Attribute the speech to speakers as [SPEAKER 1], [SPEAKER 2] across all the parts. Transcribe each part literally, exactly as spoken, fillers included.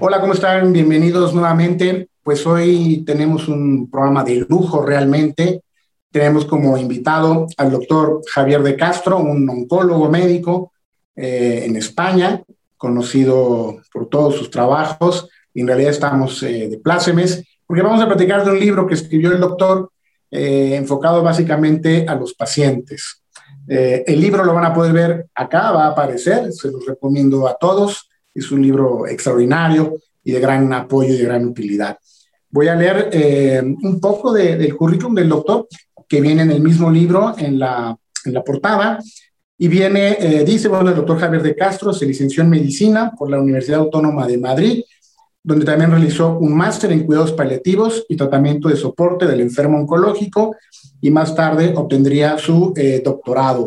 [SPEAKER 1] Hola, ¿cómo están? Bienvenidos nuevamente. Pues hoy tenemos un programa de lujo realmente. Tenemos como invitado al doctor Javier de Castro, un oncólogo médico eh, en España, conocido por todos sus trabajos. Y en realidad estamos eh, de plácemes, porque vamos a platicar de un libro que escribió el doctor eh, enfocado básicamente a los pacientes. Eh, el libro lo van a poder ver acá, va a aparecer, se los recomiendo a todos. Es un libro extraordinario y de gran apoyo y de gran utilidad. Voy a leer eh, un poco de, del currículum del doctor, que viene en el mismo libro, en la, en la portada, y viene, eh, dice, bueno, el doctor Javier de Castro se licenció en Medicina por la Universidad Autónoma de Madrid, donde también realizó un máster en cuidados paliativos y tratamiento de soporte del enfermo oncológico, y más tarde obtendría su eh, doctorado.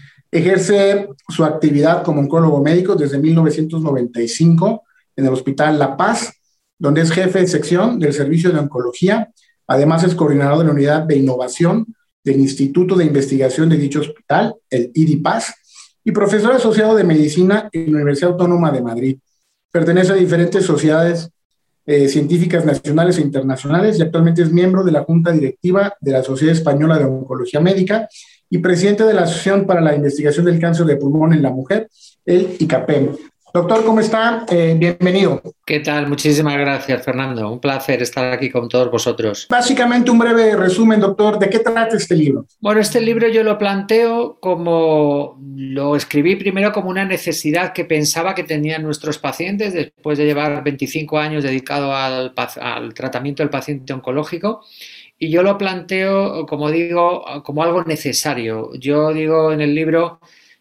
[SPEAKER 1] Ejerce su actividad como oncólogo médico desde mil novecientos noventa y cinco en el Hospital La Paz, donde es jefe de sección del Servicio de Oncología. Además, es coordinador de la Unidad de Innovación del Instituto de Investigación de dicho hospital, el I D I P A S, y profesor asociado de Medicina en la Universidad Autónoma de Madrid. Pertenece a diferentes sociedades eh, científicas nacionales e internacionales y actualmente es miembro de la Junta Directiva de la Sociedad Española de Oncología Médica y presidente de la Asociación para la Investigación del Cáncer de Pulmón en la Mujer, el I C A P E M. Doctor, ¿cómo está? Eh, bienvenido.
[SPEAKER 2] ¿Qué tal? Muchísimas gracias, Fernando. Un placer estar aquí con todos vosotros.
[SPEAKER 1] Básicamente un breve resumen, doctor, ¿de qué trata este libro?
[SPEAKER 2] Bueno, este libro yo lo planteo como, lo escribí primero como una necesidad que pensaba que tenían nuestros pacientes después de llevar veinticinco años dedicado al, al tratamiento del paciente oncológico. Y yo lo planteo, como digo, como algo necesario. Yo digo en el libro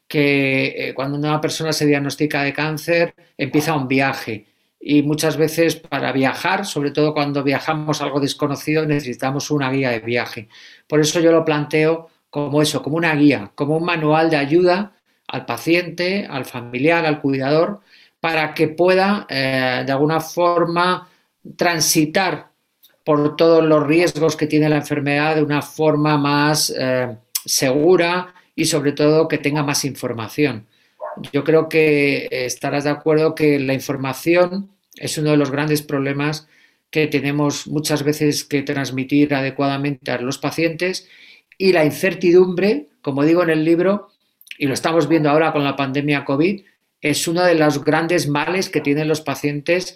[SPEAKER 2] que cuando una persona se diagnostica de cáncer empieza un viaje y muchas veces para viajar, sobre todo cuando viajamos a algo desconocido, necesitamos una guía de viaje. Por eso yo lo planteo como eso, como una guía, como un manual de ayuda al paciente, al familiar, al cuidador, para que pueda eh, de alguna forma transitar por todos los riesgos que tiene la enfermedad de una forma más eh, segura y sobre todo que tenga más información. Yo creo que estarás de acuerdo que la información es uno de los grandes problemas que tenemos muchas veces que transmitir adecuadamente a los pacientes, y la incertidumbre, como digo en el libro, y lo estamos viendo ahora con la pandemia COVID, es uno de los grandes males que tienen los pacientes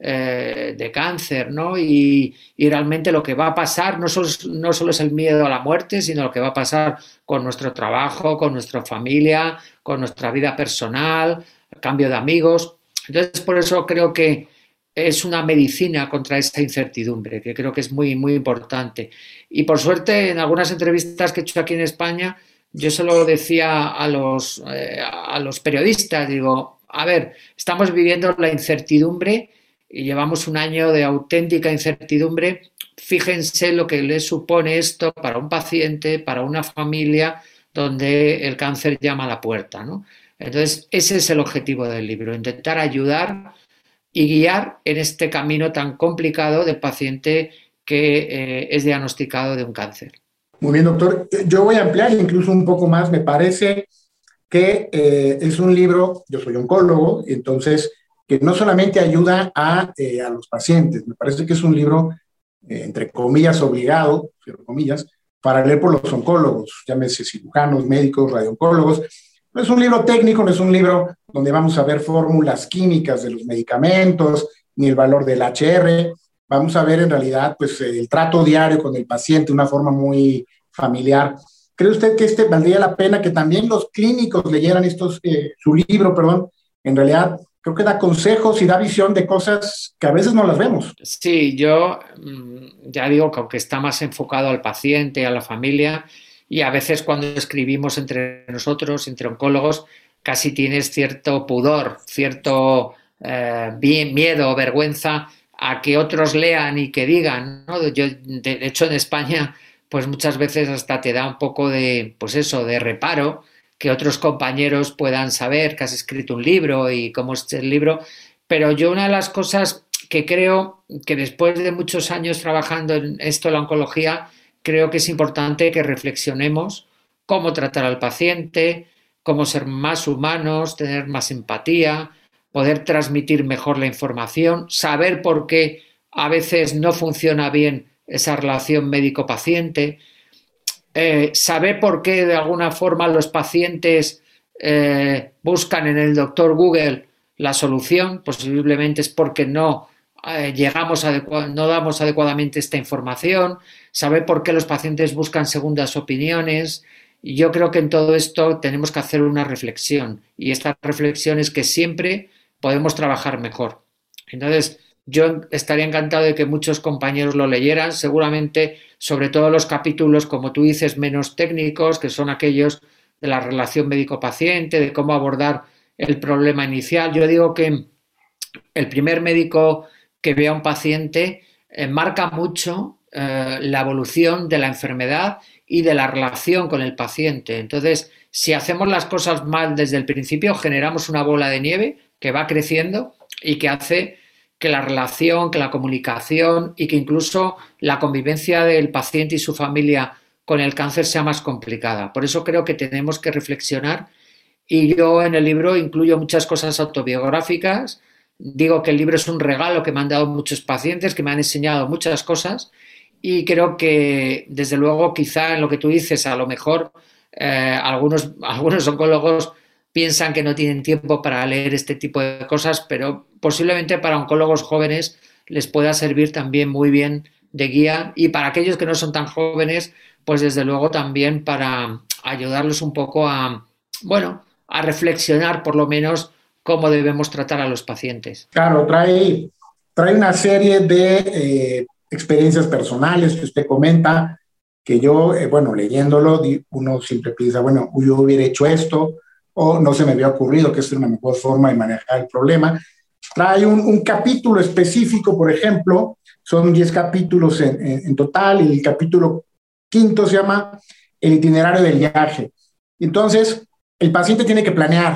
[SPEAKER 2] Eh, de cáncer, ¿no? Y, y realmente lo que va a pasar no solo, no solo es el miedo a la muerte, sino lo que va a pasar con nuestro trabajo, con nuestra familia, con nuestra vida personal, el cambio de amigos. Entonces, por eso creo que es una medicina contra esta incertidumbre, que creo que es muy, muy importante. Y por suerte, en algunas entrevistas que he hecho aquí en España, yo se lo decía a los, eh, a los periodistas, digo, a ver, estamos viviendo la incertidumbre y llevamos un año de auténtica incertidumbre. Fíjense lo que le supone esto para un paciente, para una familia donde el cáncer llama a la puerta, ¿no? Entonces, ese es el objetivo del libro, intentar ayudar y guiar en este camino tan complicado del paciente que eh, es diagnosticado de un cáncer.
[SPEAKER 1] Muy bien, doctor. Yo voy a ampliar incluso un poco más. Me parece que eh, es un libro, yo soy oncólogo, entonces que no solamente ayuda a, eh, a los pacientes, me parece que es un libro, eh, entre comillas, obligado, cierro comillas, para leer por los oncólogos, llámese cirujanos, médicos, radiooncólogos. No es un libro técnico, no es un libro donde vamos a ver fórmulas químicas de los medicamentos, ni el valor del H R. Vamos a ver en realidad pues, el trato diario con el paciente, una forma muy familiar. ¿Cree usted que este valdría la pena que también los clínicos leyeran estos, eh, su libro, perdón? En realidad, creo que da consejos y da visión de cosas que a veces no las vemos.
[SPEAKER 2] Sí, yo ya digo que aunque está más enfocado al paciente, a la familia, y a veces cuando escribimos entre nosotros, entre oncólogos, casi tienes cierto pudor, cierto eh, miedo o vergüenza a que otros lean y que digan, ¿no? Yo, de hecho, en España, pues muchas veces hasta te da un poco de, pues eso, de reparo que otros compañeros puedan saber que has escrito un libro y cómo es el libro. Pero yo una de las cosas que creo que después de muchos años trabajando en esto de la oncología, creo que es importante que reflexionemos cómo tratar al paciente, cómo ser más humanos, tener más empatía, poder transmitir mejor la información, saber por qué a veces no funciona bien esa relación médico-paciente, eh, saber por qué de alguna forma los pacientes eh, buscan en el doctor Google la solución, posiblemente es porque no eh, llegamos no damos adecuadamente esta información, saber por qué los pacientes buscan segundas opiniones. Y yo creo que en todo esto tenemos que hacer una reflexión, y esta reflexión es que siempre podemos trabajar mejor. Entonces, yo estaría encantado de que muchos compañeros lo leyeran, seguramente sobre todo los capítulos, como tú dices, menos técnicos, que son aquellos de la relación médico-paciente, de cómo abordar el problema inicial. Yo digo que el primer médico que ve a un paciente eh, marca mucho eh, la evolución de la enfermedad y de la relación con el paciente. Entonces, si hacemos las cosas mal desde el principio, generamos una bola de nieve que va creciendo y que hace que la relación, que la comunicación y que incluso la convivencia del paciente y su familia con el cáncer sea más complicada. Por eso creo que tenemos que reflexionar, y yo en el libro incluyo muchas cosas autobiográficas. Digo que el libro es un regalo que me han dado muchos pacientes, que me han enseñado muchas cosas, y creo que desde luego quizá en lo que tú dices a lo mejor eh, algunos, algunos oncólogos piensan que no tienen tiempo para leer este tipo de cosas, pero posiblemente para oncólogos jóvenes les pueda servir también muy bien de guía, y para aquellos que no son tan jóvenes, pues desde luego también para ayudarlos un poco a, bueno, a reflexionar por lo menos cómo debemos tratar a los pacientes.
[SPEAKER 1] Claro, trae, trae una serie de eh, experiencias personales que usted comenta, que yo, eh, bueno, leyéndolo, uno siempre piensa, bueno, yo hubiera hecho esto, o no se me había ocurrido que esta es una mejor forma de manejar el problema. Trae un, un capítulo específico, por ejemplo, son diez capítulos en, en, en total, y el capítulo quinto se llama el itinerario del viaje. Entonces, el paciente tiene que planear,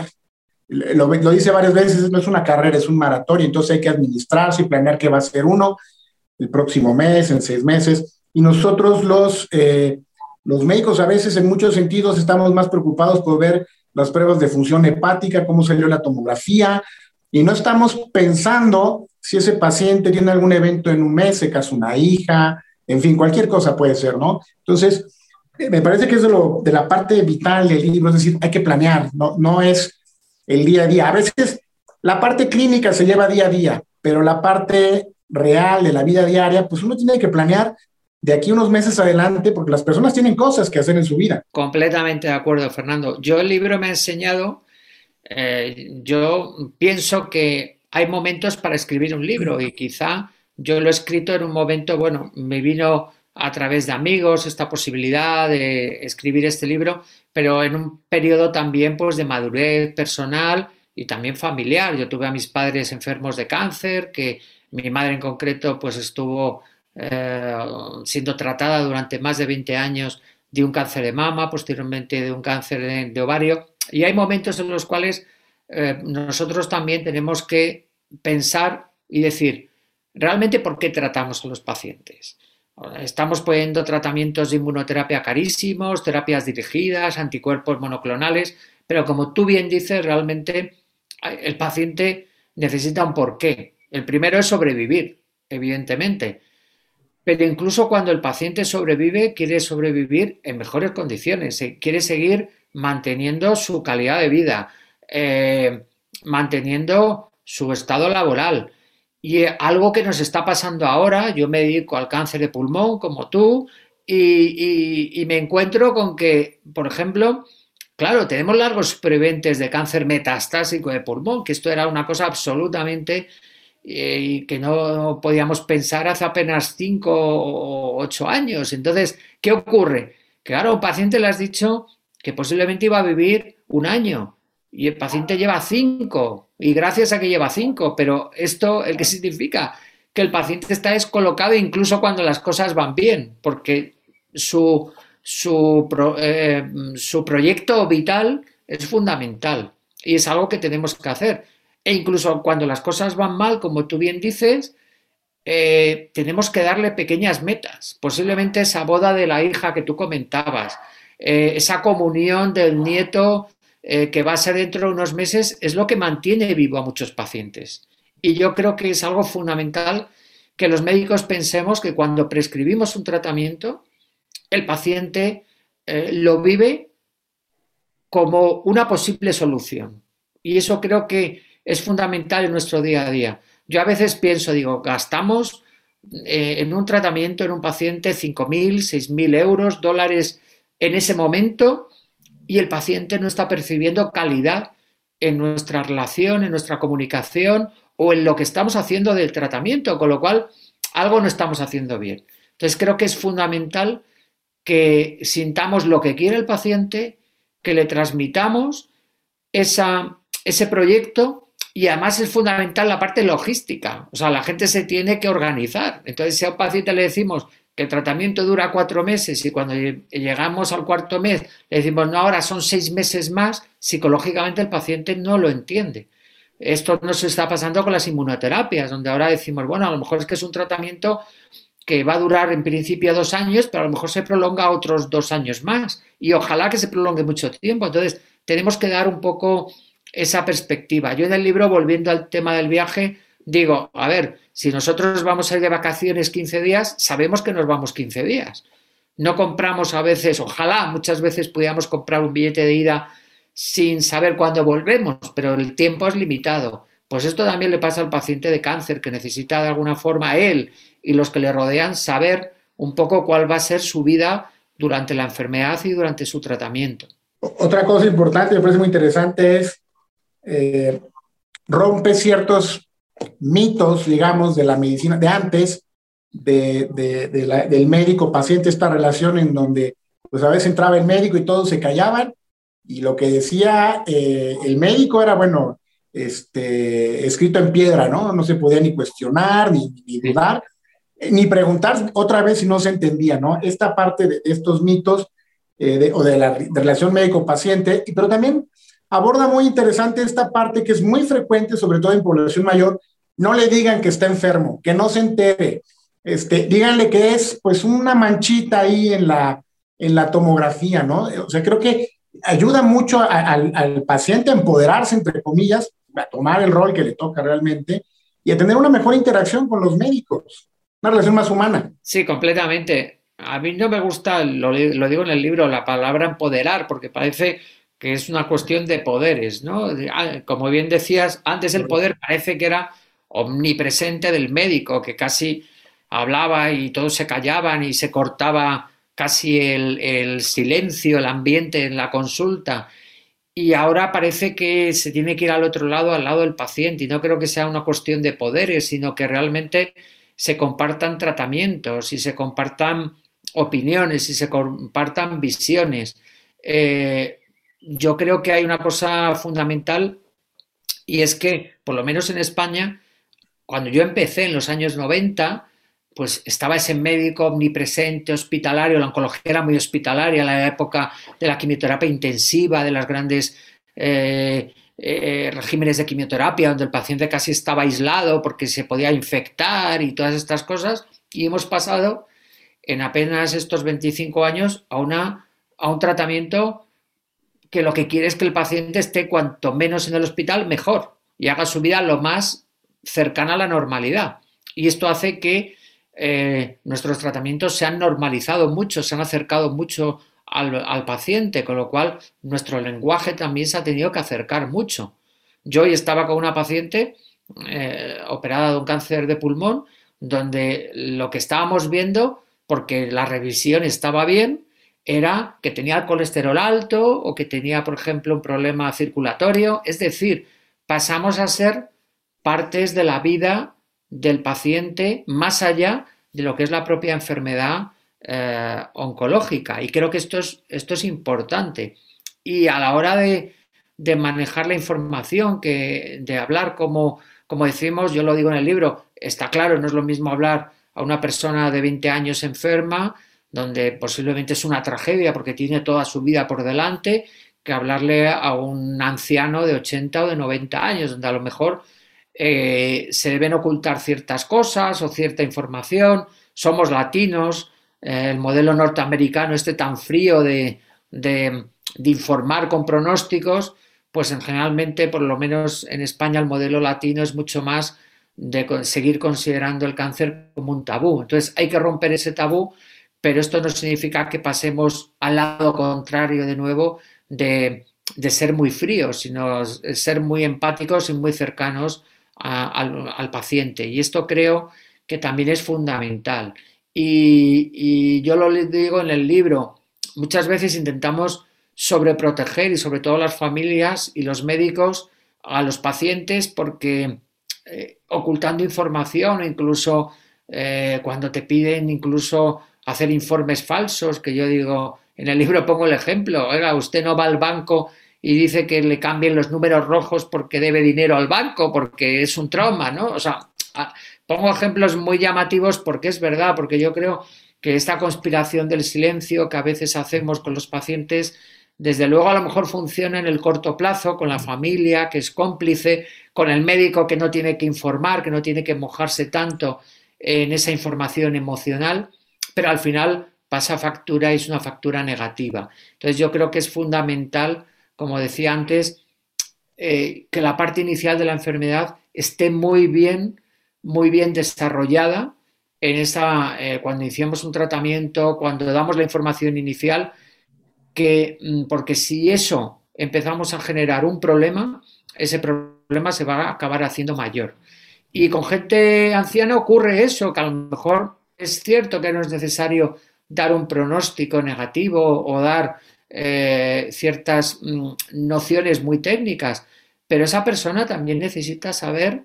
[SPEAKER 1] lo, lo dice varias veces, no es una carrera, es un maratón, y entonces hay que administrarse y planear qué va a ser uno el próximo mes, en seis meses, y nosotros los, eh, los médicos a veces en muchos sentidos estamos más preocupados por ver las pruebas de función hepática, cómo salió la tomografía, y no estamos pensando si ese paciente tiene algún evento en un mes, se casa una hija, en fin, cualquier cosa puede ser, ¿no? Entonces, me parece que es de, lo, de la parte vital del libro, es decir, hay que planear, no, no es el día a día. A veces la parte clínica se lleva día a día, pero la parte real de la vida diaria, pues uno tiene que planear de aquí unos meses adelante, porque las personas tienen cosas que hacer en su vida.
[SPEAKER 2] Completamente de acuerdo, Fernando. Yo el libro me ha enseñado, eh, yo pienso que hay momentos para escribir un libro, y quizá yo lo he escrito en un momento, bueno, me vino a través de amigos esta posibilidad de escribir este libro, pero en un periodo también pues de madurez personal y también familiar. Yo tuve a mis padres enfermos de cáncer, que mi madre en concreto pues estuvo eh, siendo tratada durante más de veinte años de un cáncer de mama, posteriormente de un cáncer de, de ovario, y hay momentos en los cuales eh, nosotros también tenemos que pensar y decir, ¿realmente por qué tratamos a los pacientes? Estamos poniendo tratamientos de inmunoterapia carísimos, terapias dirigidas, anticuerpos monoclonales, pero como tú bien dices, realmente el paciente necesita un porqué. El primero es sobrevivir, evidentemente, pero incluso cuando el paciente sobrevive, quiere sobrevivir en mejores condiciones, quiere seguir manteniendo su calidad de vida, eh, manteniendo su estado laboral. Y algo que nos está pasando ahora, yo me dedico al cáncer de pulmón como tú, y, y, y me encuentro con que, por ejemplo, claro, tenemos largos supervivientes de cáncer metastásico de pulmón, que esto era una cosa absolutamente eh, que no podíamos pensar hace apenas cinco o ocho años. Entonces, ¿qué ocurre? Que ahora a un paciente le has dicho que posiblemente iba a vivir un año, y el paciente lleva cinco, y gracias a que lleva cinco, pero esto, ¿el qué significa? Que el paciente está descolocado incluso cuando las cosas van bien, porque su, su, eh, su proyecto vital es fundamental, y es algo que tenemos que hacer. E incluso cuando las cosas van mal, como tú bien dices, eh, tenemos que darle pequeñas metas, posiblemente esa boda de la hija que tú comentabas, eh, esa comunión del nieto eh, que va a ser dentro de unos meses, es lo que mantiene vivo a muchos pacientes. Y yo creo que es algo fundamental que los médicos pensemos que cuando prescribimos un tratamiento, el paciente eh, lo vive como una posible solución. Y eso creo que es fundamental en nuestro día a día. Yo a veces pienso, digo, gastamos eh, en un tratamiento, en un paciente, cinco mil, seis mil euros, dólares en ese momento, y el paciente no está percibiendo calidad en nuestra relación, en nuestra comunicación o en lo que estamos haciendo del tratamiento, con lo cual algo no estamos haciendo bien. Entonces creo que es fundamental que sintamos lo que quiere el paciente, que le transmitamos esa, ese proyecto, y además es fundamental la parte logística. O sea, la gente se tiene que organizar. Entonces, si a un paciente le decimos que el tratamiento dura cuatro meses y cuando llegamos al cuarto mes le decimos, no, ahora son seis meses más, psicológicamente el paciente no lo entiende. Esto nos está pasando con las inmunoterapias, donde ahora decimos, bueno, a lo mejor es que es un tratamiento que va a durar en principio dos años, pero a lo mejor se prolonga otros dos años más y ojalá que se prolongue mucho tiempo. Entonces, tenemos que dar un poco esa perspectiva. Yo en el libro, volviendo al tema del viaje, digo, a ver, si nosotros vamos a ir de vacaciones quince días, sabemos que nos vamos quince días. No compramos a veces, ojalá muchas veces pudiéramos comprar un billete de ida sin saber cuándo volvemos, pero el tiempo es limitado. Pues esto también le pasa al paciente de cáncer, que necesita de alguna forma él y los que le rodean saber un poco cuál va a ser su vida durante la enfermedad y durante su tratamiento.
[SPEAKER 1] Otra cosa importante, me parece muy interesante, es eh, rompe ciertos mitos, digamos, de la medicina de antes, de, de, de la, del médico-paciente, esta relación en donde pues a veces entraba el médico y todos se callaban y lo que decía eh, el médico era, bueno, este, escrito en piedra, ¿no? No se podía ni cuestionar, ni, ni dudar, eh, ni preguntar otra vez si no se entendía, ¿no? Esta parte de estos mitos eh, de, o de la de relación médico-paciente, pero también aborda muy interesante esta parte que es muy frecuente, sobre todo en población mayor. No le digan que está enfermo, que no se entere, este, díganle que es pues una manchita ahí en la, en la tomografía, ¿no? O sea, creo que ayuda mucho a, a, al paciente a empoderarse, entre comillas, a tomar el rol que le toca realmente y a tener una mejor interacción con los médicos, una relación más humana.
[SPEAKER 2] Sí, completamente. A mí no me gusta, lo, lo digo en el libro, la palabra empoderar, porque parece que es una cuestión de poderes, ¿no? Como bien decías, antes el poder parece que era omnipresente del médico, que casi hablaba y todos se callaban y se cortaba casi el, el silencio, el ambiente en la consulta. Y ahora parece que se tiene que ir al otro lado, al lado del paciente, y no creo que sea una cuestión de poderes, sino que realmente se compartan tratamientos y se compartan opiniones y se compartan visiones. Eh, yo creo que hay una cosa fundamental y es que, por lo menos en España, cuando yo empecé en los años noventa, pues estaba ese médico omnipresente, hospitalario, la oncología era muy hospitalaria, la época de la quimioterapia intensiva, de las grandes eh, eh, regímenes de quimioterapia, donde el paciente casi estaba aislado porque se podía infectar y todas estas cosas, y hemos pasado en apenas estos veinticinco años a, una, a un tratamiento que lo que quiere es que el paciente esté cuanto menos en el hospital, mejor, y haga su vida lo más cercana a la normalidad. Y esto hace que eh, nuestros tratamientos se han normalizado mucho, se han acercado mucho al, al paciente, con lo cual nuestro lenguaje también se ha tenido que acercar mucho. Yo hoy estaba con una paciente eh, operada de un cáncer de pulmón, donde lo que estábamos viendo, porque la revisión estaba bien, era que tenía el colesterol alto o que tenía, por ejemplo, un problema circulatorio. Es decir, pasamos a ser partes de la vida del paciente más allá de lo que es la propia enfermedad eh, oncológica. Y creo que esto es, esto es importante. Y a la hora de, de manejar la información, que, de hablar como, como decimos, yo lo digo en el libro, está claro, no es lo mismo hablar a una persona de veinte años enferma, donde posiblemente es una tragedia porque tiene toda su vida por delante, que hablarle a un anciano de ochenta o de noventa años, donde a lo mejor eh, se deben ocultar ciertas cosas o cierta información. Somos latinos, eh, el modelo norteamericano este tan frío de, de de informar con pronósticos, pues en generalmente, por lo menos en España, el modelo latino es mucho más de seguir considerando el cáncer como un tabú. Entonces hay que romper ese tabú, pero esto no significa que pasemos al lado contrario de nuevo de, de ser muy fríos, sino ser muy empáticos y muy cercanos a, al, al paciente. Y esto creo que también es fundamental. Y, y yo lo digo en el libro, muchas veces intentamos sobreproteger y sobre todo las familias y los médicos a los pacientes porque eh, ocultando información, incluso eh, cuando te piden incluso hacer informes falsos, que yo digo, en el libro pongo el ejemplo, oiga, usted no va al banco y dice que le cambien los números rojos porque debe dinero al banco, porque es un trauma, ¿no? O sea, pongo ejemplos muy llamativos porque es verdad, porque yo creo que esta conspiración del silencio que a veces hacemos con los pacientes, desde luego a lo mejor funciona en el corto plazo con la familia que es cómplice, con el médico que no tiene que informar, que no tiene que mojarse tanto en esa información emocional, pero al final pasa factura y es una factura negativa. Entonces yo creo que es fundamental, como decía antes, eh, que la parte inicial de la enfermedad esté muy bien, muy bien desarrollada en esa, eh, cuando iniciamos un tratamiento, cuando damos la información inicial, que, porque si eso empezamos a generar un problema, ese problema se va a acabar haciendo mayor. Y con gente anciana ocurre eso, que a lo mejor es cierto que no es necesario dar un pronóstico negativo o dar eh, ciertas mm, nociones muy técnicas, pero esa persona también necesita saber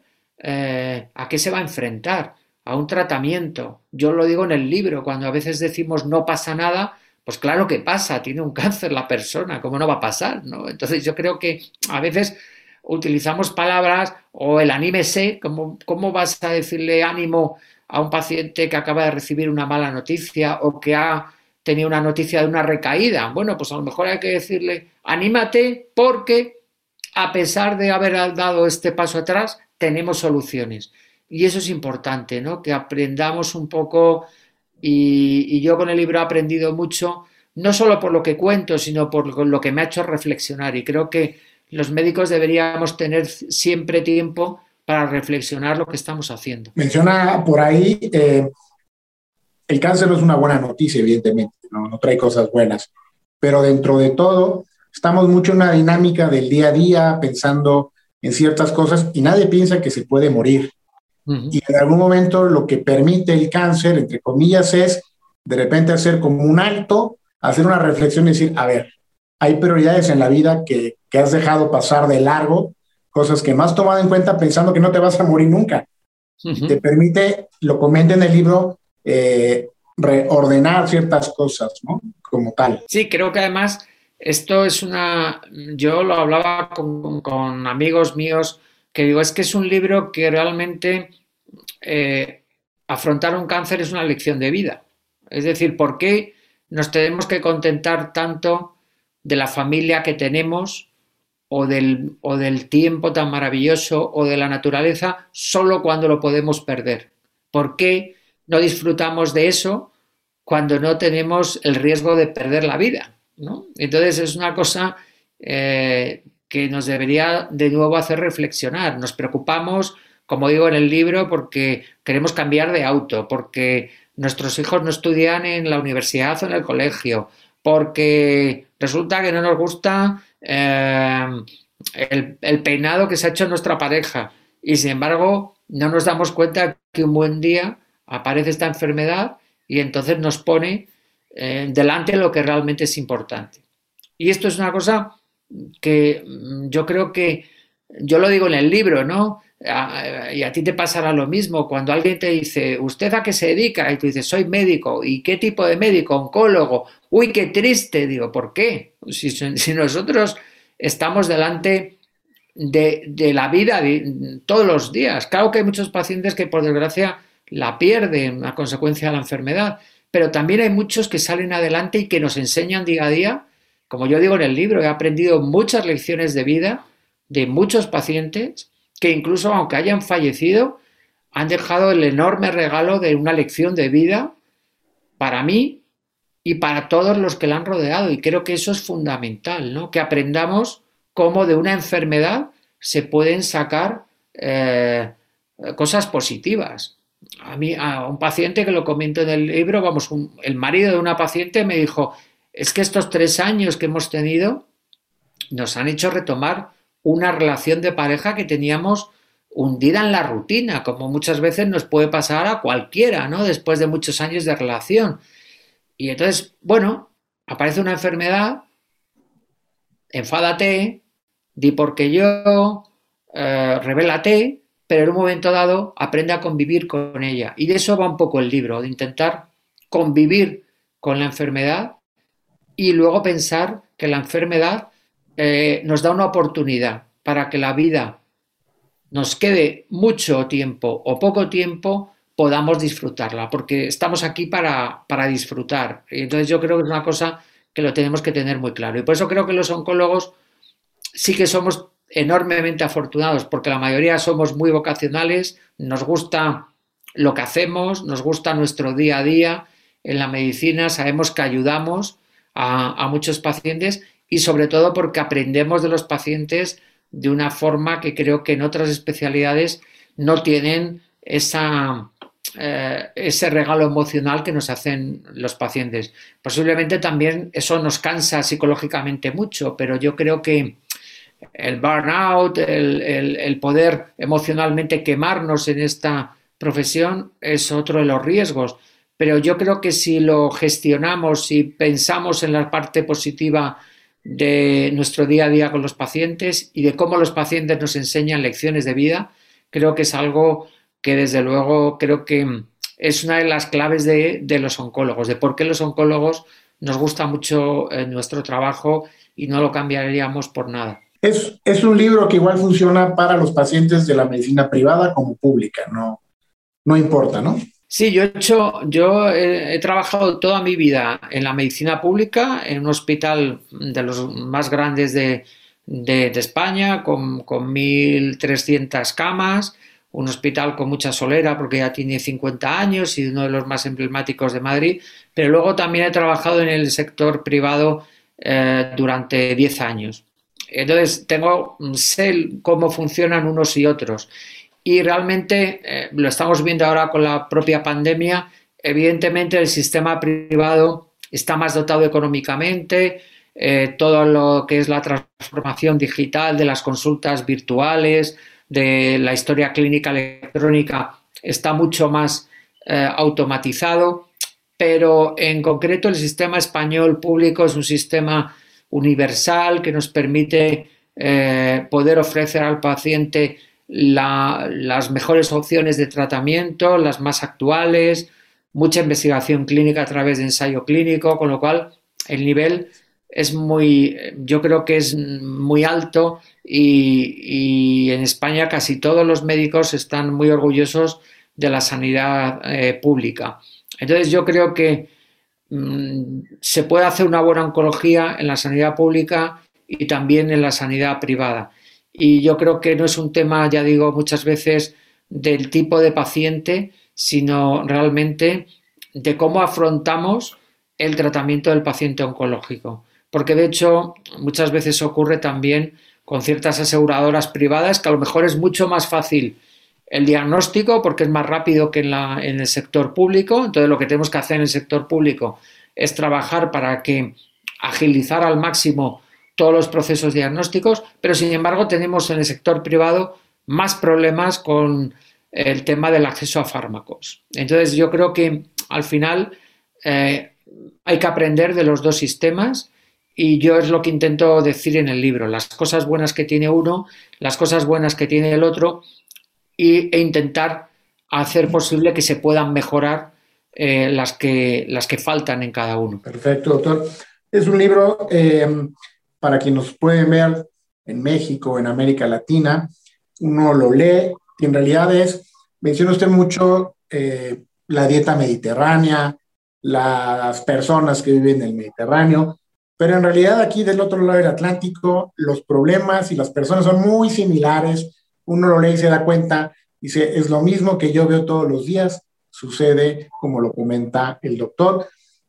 [SPEAKER 2] eh, a qué se va a enfrentar, a un tratamiento. Yo lo digo en el libro, cuando a veces decimos no pasa nada, pues claro que pasa, tiene un cáncer la persona, ¿cómo no va a pasar? ¿No? Entonces yo creo que a veces utilizamos palabras o el anímese, ¿cómo, cómo vas a decirle ánimo a un paciente que acaba de recibir una mala noticia o que ha tenido una noticia de una recaída? Bueno, pues a lo mejor hay que decirle anímate porque a pesar de haber dado este paso atrás, tenemos soluciones. Y eso es importante, ¿no? Que aprendamos un poco. Y, y yo con el libro he aprendido mucho, no solo por lo que cuento, sino por lo que me ha hecho reflexionar. Y creo que los médicos deberíamos tener siempre tiempo para reflexionar lo que estamos haciendo.
[SPEAKER 1] Menciona por ahí, eh, el cáncer no es una buena noticia, evidentemente, ¿no? No trae cosas buenas, pero dentro de todo estamos mucho en una dinámica del día a día, pensando en ciertas cosas y nadie piensa que se puede morir. Uh-huh. Y en algún momento lo que permite el cáncer, entre comillas, es de repente hacer como un alto, hacer una reflexión y decir, a ver, hay prioridades en la vida que, que has dejado pasar de largo, cosas que no has tomado en cuenta pensando que no te vas a morir nunca. Uh-huh. Te permite, lo comenta en el libro, eh, reordenar ciertas cosas, ¿no? Como tal.
[SPEAKER 2] Sí, creo que además esto es una... Yo lo hablaba con, con amigos míos que digo, es que es un libro que realmente eh, afrontar un cáncer es una lección de vida. Es decir, ¿por qué nos tenemos que contentar tanto de la familia que tenemos o del, o del tiempo tan maravilloso o de la naturaleza solo cuando lo podemos perder? ¿Por qué no disfrutamos de eso cuando no tenemos el riesgo de perder la vida, ¿no? Entonces es una cosa... Eh, que nos debería de nuevo hacer reflexionar. Nos preocupamos, como digo en el libro, porque queremos cambiar de auto, porque nuestros hijos no estudian en la universidad o en el colegio, porque resulta que no nos gusta eh, el, el peinado que se ha hecho nuestra pareja y sin embargo no nos damos cuenta que un buen día aparece esta enfermedad y entonces nos pone eh, delante lo que realmente es importante. Y esto es una cosa que yo creo que, yo lo digo en el libro, ¿no? Y a ti te pasará lo mismo. Cuando alguien te dice, ¿usted a qué se dedica? Y tú dices, soy médico. ¿Y qué tipo de médico? Oncólogo. Uy, qué triste. Digo, ¿por qué? Si, si nosotros estamos delante de, de la vida de, todos los días. Claro que hay muchos pacientes que por desgracia la pierden a consecuencia de la enfermedad, pero también hay muchos que salen adelante y que nos enseñan día a día. Como yo digo en el libro, he aprendido muchas lecciones de vida de muchos pacientes que incluso aunque hayan fallecido, han dejado el enorme regalo de una lección de vida para mí y para todos los que la han rodeado. Y creo que eso es fundamental, ¿no? Que aprendamos cómo de una enfermedad se pueden sacar eh, cosas positivas. A mí, a un paciente que lo comento en el libro, vamos, un, el marido de una paciente me dijo, es que estos tres años que hemos tenido nos han hecho retomar una relación de pareja que teníamos hundida en la rutina, como muchas veces nos puede pasar a cualquiera, ¿no? Después de muchos años de relación. Y entonces, bueno, aparece una enfermedad, enfádate, di porque yo, eh, revélate, pero en un momento dado aprende a convivir con ella. Y de eso va un poco el libro, de intentar convivir con la enfermedad y luego pensar que la enfermedad eh, nos da una oportunidad para que la vida nos quede mucho tiempo o poco tiempo, podamos disfrutarla, porque estamos aquí para, para disfrutar. Y entonces yo creo que es una cosa que lo tenemos que tener muy claro. Y por eso creo que los oncólogos sí que somos enormemente afortunados, porque la mayoría somos muy vocacionales, nos gusta lo que hacemos, nos gusta nuestro día a día en la medicina, sabemos que ayudamos a, a muchos pacientes y sobre todo porque aprendemos de los pacientes de una forma que creo que en otras especialidades no tienen esa, eh, ese regalo emocional que nos hacen los pacientes. Posiblemente también eso nos cansa psicológicamente mucho, pero yo creo que el burnout, el, el, el poder emocionalmente quemarnos en esta profesión es otro de los riesgos. Pero yo creo que si lo gestionamos, si pensamos en la parte positiva de nuestro día a día con los pacientes y de cómo los pacientes nos enseñan lecciones de vida, creo que es algo que desde luego creo que es una de las claves de, de los oncólogos, de por qué los oncólogos nos gusta mucho eh, nuestro trabajo y no lo cambiaríamos por nada.
[SPEAKER 1] Es, es un libro que igual funciona para los pacientes de la medicina privada como pública, no, no importa, ¿no?
[SPEAKER 2] Sí, yo he hecho, yo he, he trabajado toda mi vida en la medicina pública, en un hospital de los más grandes de, de, de España, con, con mil trescientas camas, un hospital con mucha solera porque ya tiene cincuenta años y uno de los más emblemáticos de Madrid, pero luego también he trabajado en el sector privado eh, durante diez años. Entonces, tengo, sé cómo funcionan unos y otros. Y realmente, eh, lo estamos viendo ahora con la propia pandemia, evidentemente el sistema privado está más dotado económicamente, eh, todo lo que es la transformación digital de las consultas virtuales, de la historia clínica electrónica, está mucho más eh, automatizado, pero en concreto el sistema español público es un sistema universal que nos permite eh, poder ofrecer al paciente La, las mejores opciones de tratamiento, las más actuales, mucha investigación clínica a través de ensayo clínico, con lo cual el nivel es muy, yo creo que es muy alto y, y en España casi todos los médicos están muy orgullosos de la sanidad eh, pública. Entonces yo creo que mmm, se puede hacer una buena oncología en la sanidad pública y también en la sanidad privada. Y yo creo que no es un tema, ya digo, muchas veces del tipo de paciente, sino realmente de cómo afrontamos el tratamiento del paciente oncológico. Porque de hecho muchas veces ocurre también con ciertas aseguradoras privadas que a lo mejor es mucho más fácil el diagnóstico porque es más rápido que en, la, en el sector público. Entonces lo que tenemos que hacer en el sector público es trabajar para que agilizar al máximo todos los procesos diagnósticos, pero sin embargo tenemos en el sector privado más problemas con el tema del acceso a fármacos. Entonces yo creo que al final eh, hay que aprender de los dos sistemas y yo es lo que intento decir en el libro, las cosas buenas que tiene uno, las cosas buenas que tiene el otro y, e intentar hacer posible que se puedan mejorar eh, las, que, las que faltan en cada uno.
[SPEAKER 1] Perfecto, doctor. Es un libro... Eh... para quienes nos pueden ver en México, en América Latina, uno lo lee y en realidad es, menciona usted mucho eh, la dieta mediterránea, las personas que viven en el Mediterráneo, pero en realidad aquí del otro lado del Atlántico los problemas y las personas son muy similares, uno lo lee y se da cuenta, dice, es lo mismo que yo veo todos los días, sucede como lo comenta el doctor.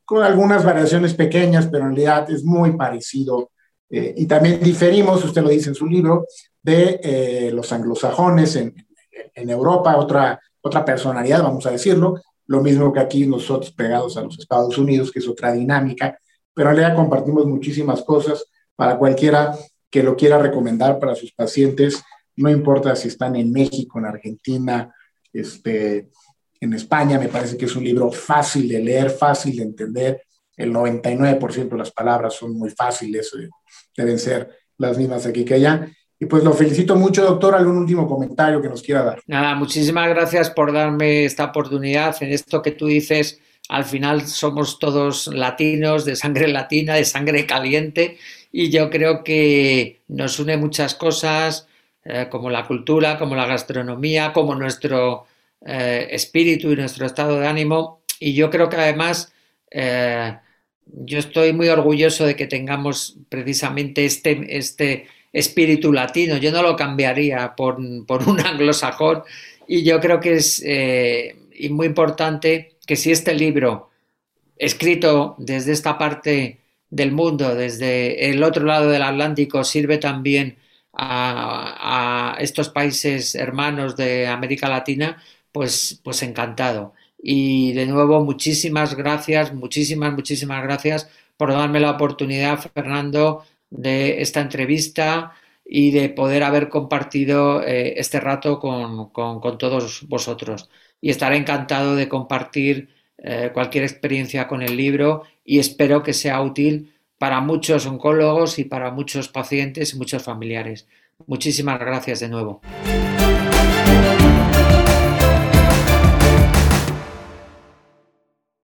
[SPEAKER 1] con algunas variaciones pequeñas, pero en realidad es muy parecido. Eh, y también diferimos, usted lo dice en su libro, de eh, los anglosajones en, en Europa, otra, otra personalidad, vamos a decirlo, lo mismo que aquí nosotros pegados a los Estados Unidos, que es otra dinámica, pero en realidad compartimos muchísimas cosas para cualquiera que lo quiera recomendar para sus pacientes, no importa si están en México, en Argentina, este, en España. Me parece que es un libro fácil de leer, fácil de entender. El noventa y nueve por ciento de las palabras son muy fáciles, eh, deben ser las mismas aquí que allá. Y pues lo felicito mucho, doctor. ¿Algún último comentario que nos quiera dar?
[SPEAKER 2] Nada, muchísimas gracias por darme esta oportunidad. En esto que tú dices, al final somos todos latinos, de sangre latina, de sangre caliente, y yo creo que nos une muchas cosas, eh, como la cultura, como la gastronomía, como nuestro eh, espíritu y nuestro estado de ánimo. Y yo creo que además eh, yo estoy muy orgulloso de que tengamos precisamente este, este espíritu latino. Yo no lo cambiaría por, por un anglosajón, y yo creo que es eh, muy importante que si este libro, escrito desde esta parte del mundo, desde el otro lado del Atlántico, sirve también a, a estos países hermanos de América Latina, pues, pues encantado. Y de nuevo, muchísimas gracias, muchísimas, muchísimas gracias por darme la oportunidad, Fernando, de esta entrevista y de poder haber compartido eh, este rato con, con, con todos vosotros. Y estaré encantado de compartir eh, cualquier experiencia con el libro, y espero que sea útil para muchos oncólogos y para muchos pacientes y muchos familiares. Muchísimas gracias de nuevo.